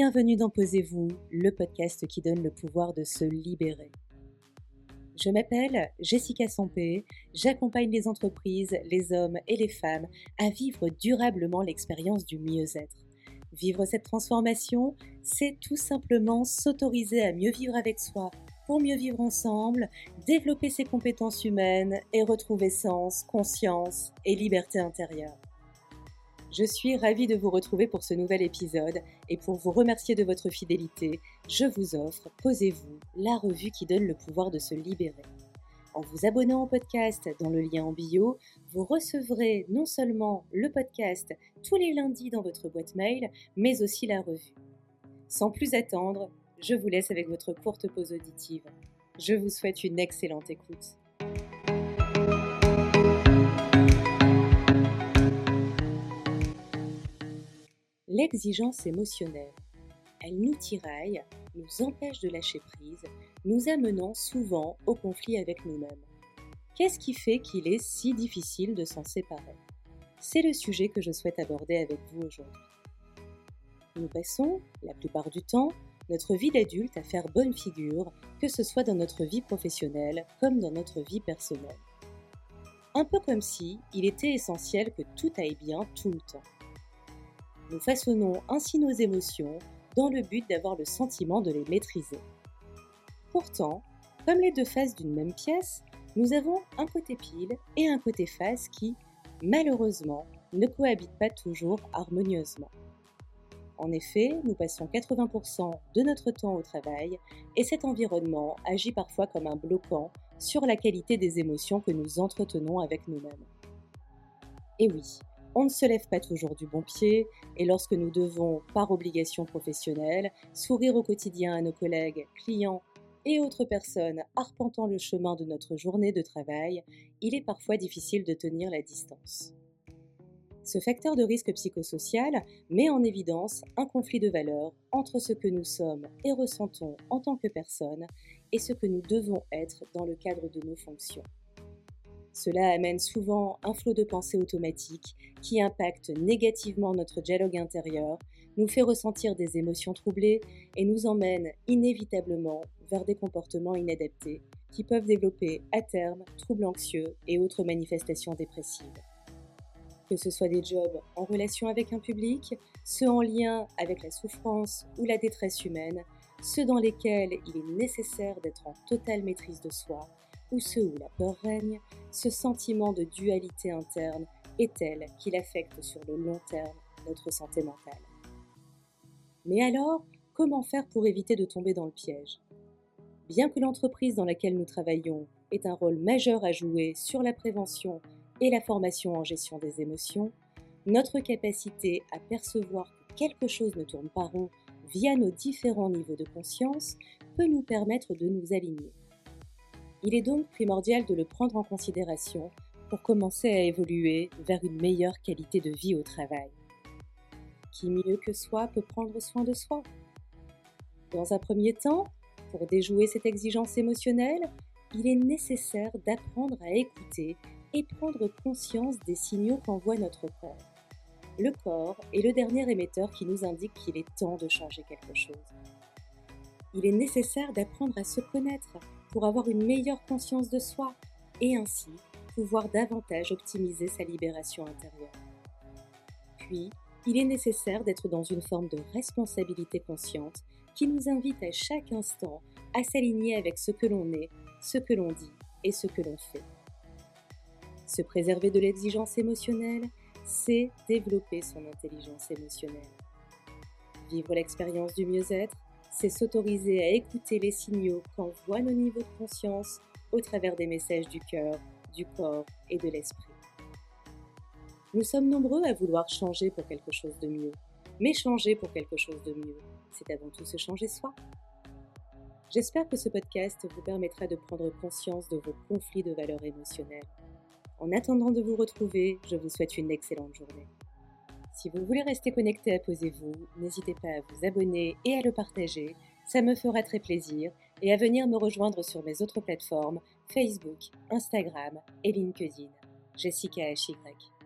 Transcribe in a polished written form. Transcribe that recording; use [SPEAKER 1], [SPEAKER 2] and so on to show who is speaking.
[SPEAKER 1] Bienvenue dans Posez-vous, le podcast qui donne le pouvoir de se libérer. Je m'appelle Jessica Sampé, j'accompagne les entreprises, les hommes et les femmes à vivre durablement l'expérience du mieux-être. Vivre cette transformation, c'est tout simplement s'autoriser à mieux vivre avec soi, pour mieux vivre ensemble, développer ses compétences humaines et retrouver sens, conscience et liberté intérieure. Je suis ravie de vous retrouver pour ce nouvel épisode et pour vous remercier de votre fidélité, je vous offre Posez-vous, la revue qui donne le pouvoir de se libérer. En vous abonnant au podcast dans le lien en bio, vous recevrez non seulement le podcast tous les lundis dans votre boîte mail, mais aussi la revue. Sans plus attendre, je vous laisse avec votre courte pause auditive. Je vous souhaite une excellente écoute. L'exigence émotionnelle, elle nous tiraille, nous empêche de lâcher prise, nous amenant souvent au conflit avec nous-mêmes. Qu'est-ce qui fait qu'il est si difficile de s'en séparer ? C'est le sujet que je souhaite aborder avec vous aujourd'hui. Nous passons, la plupart du temps, notre vie d'adulte à faire bonne figure, que ce soit dans notre vie professionnelle comme dans notre vie personnelle. Un peu comme si il était essentiel que tout aille bien tout le temps. Nous façonnons ainsi nos émotions dans le but d'avoir le sentiment de les maîtriser. Pourtant, comme les deux faces d'une même pièce, nous avons un côté pile et un côté face qui, malheureusement, ne cohabitent pas toujours harmonieusement. En effet, nous passons 80% de notre temps au travail et cet environnement agit parfois comme un bloquant sur la qualité des émotions que nous entretenons avec nous-mêmes. Et oui, on ne se lève pas toujours du bon pied et lorsque nous devons, par obligation professionnelle, sourire au quotidien à nos collègues, clients et autres personnes arpentant le chemin de notre journée de travail, il est parfois difficile de tenir la distance. Ce facteur de risque psychosocial met en évidence un conflit de valeurs entre ce que nous sommes et ressentons en tant que personne et ce que nous devons être dans le cadre de nos fonctions. Cela amène souvent un flot de pensées automatiques qui impacte négativement notre dialogue intérieur, nous fait ressentir des émotions troublées et nous emmène inévitablement vers des comportements inadaptés qui peuvent développer à terme troubles anxieux et autres manifestations dépressives. Que ce soit des jobs en relation avec un public, ceux en lien avec la souffrance ou la détresse humaine, ceux dans lesquels il est nécessaire d'être en totale maîtrise de soi, ou ceux où la peur règne, ce sentiment de dualité interne est tel qu'il affecte sur le long terme notre santé mentale. Mais alors, comment faire pour éviter de tomber dans le piège ? Bien que l'entreprise dans laquelle nous travaillons ait un rôle majeur à jouer sur la prévention et la formation en gestion des émotions, notre capacité à percevoir que quelque chose ne tourne pas rond via nos différents niveaux de conscience peut nous permettre de nous aligner. Il est donc primordial de le prendre en considération pour commencer à évoluer vers une meilleure qualité de vie au travail. Qui mieux que soi peut prendre soin de soi ? Dans un premier temps, pour déjouer cette exigence émotionnelle, il est nécessaire d'apprendre à écouter et prendre conscience des signaux qu'envoie notre corps. Le corps est le dernier émetteur qui nous indique qu'il est temps de changer quelque chose. Il est nécessaire d'apprendre à se connaître pour avoir une meilleure conscience de soi et ainsi pouvoir davantage optimiser sa libération intérieure. Puis, il est nécessaire d'être dans une forme de responsabilité consciente qui nous invite à chaque instant à s'aligner avec ce que l'on est, ce que l'on dit et ce que l'on fait. Se préserver de l'exigence émotionnelle, c'est développer son intelligence émotionnelle. Vivre l'expérience du mieux-être, c'est s'autoriser à écouter les signaux qu'envoient nos niveaux de conscience au travers des messages du cœur, du corps et de l'esprit. Nous sommes nombreux à vouloir changer pour quelque chose de mieux, mais changer pour quelque chose de mieux, c'est avant tout se changer soi. J'espère que ce podcast vous permettra de prendre conscience de vos conflits de valeurs émotionnelles. En attendant de vous retrouver, je vous souhaite une excellente journée. Si vous voulez rester connecté à Posez-vous, n'hésitez pas à vous abonner et à le partager, ça me fera très plaisir, et à venir me rejoindre sur mes autres plateformes, Facebook, Instagram et LinkedIn. Jessica HY.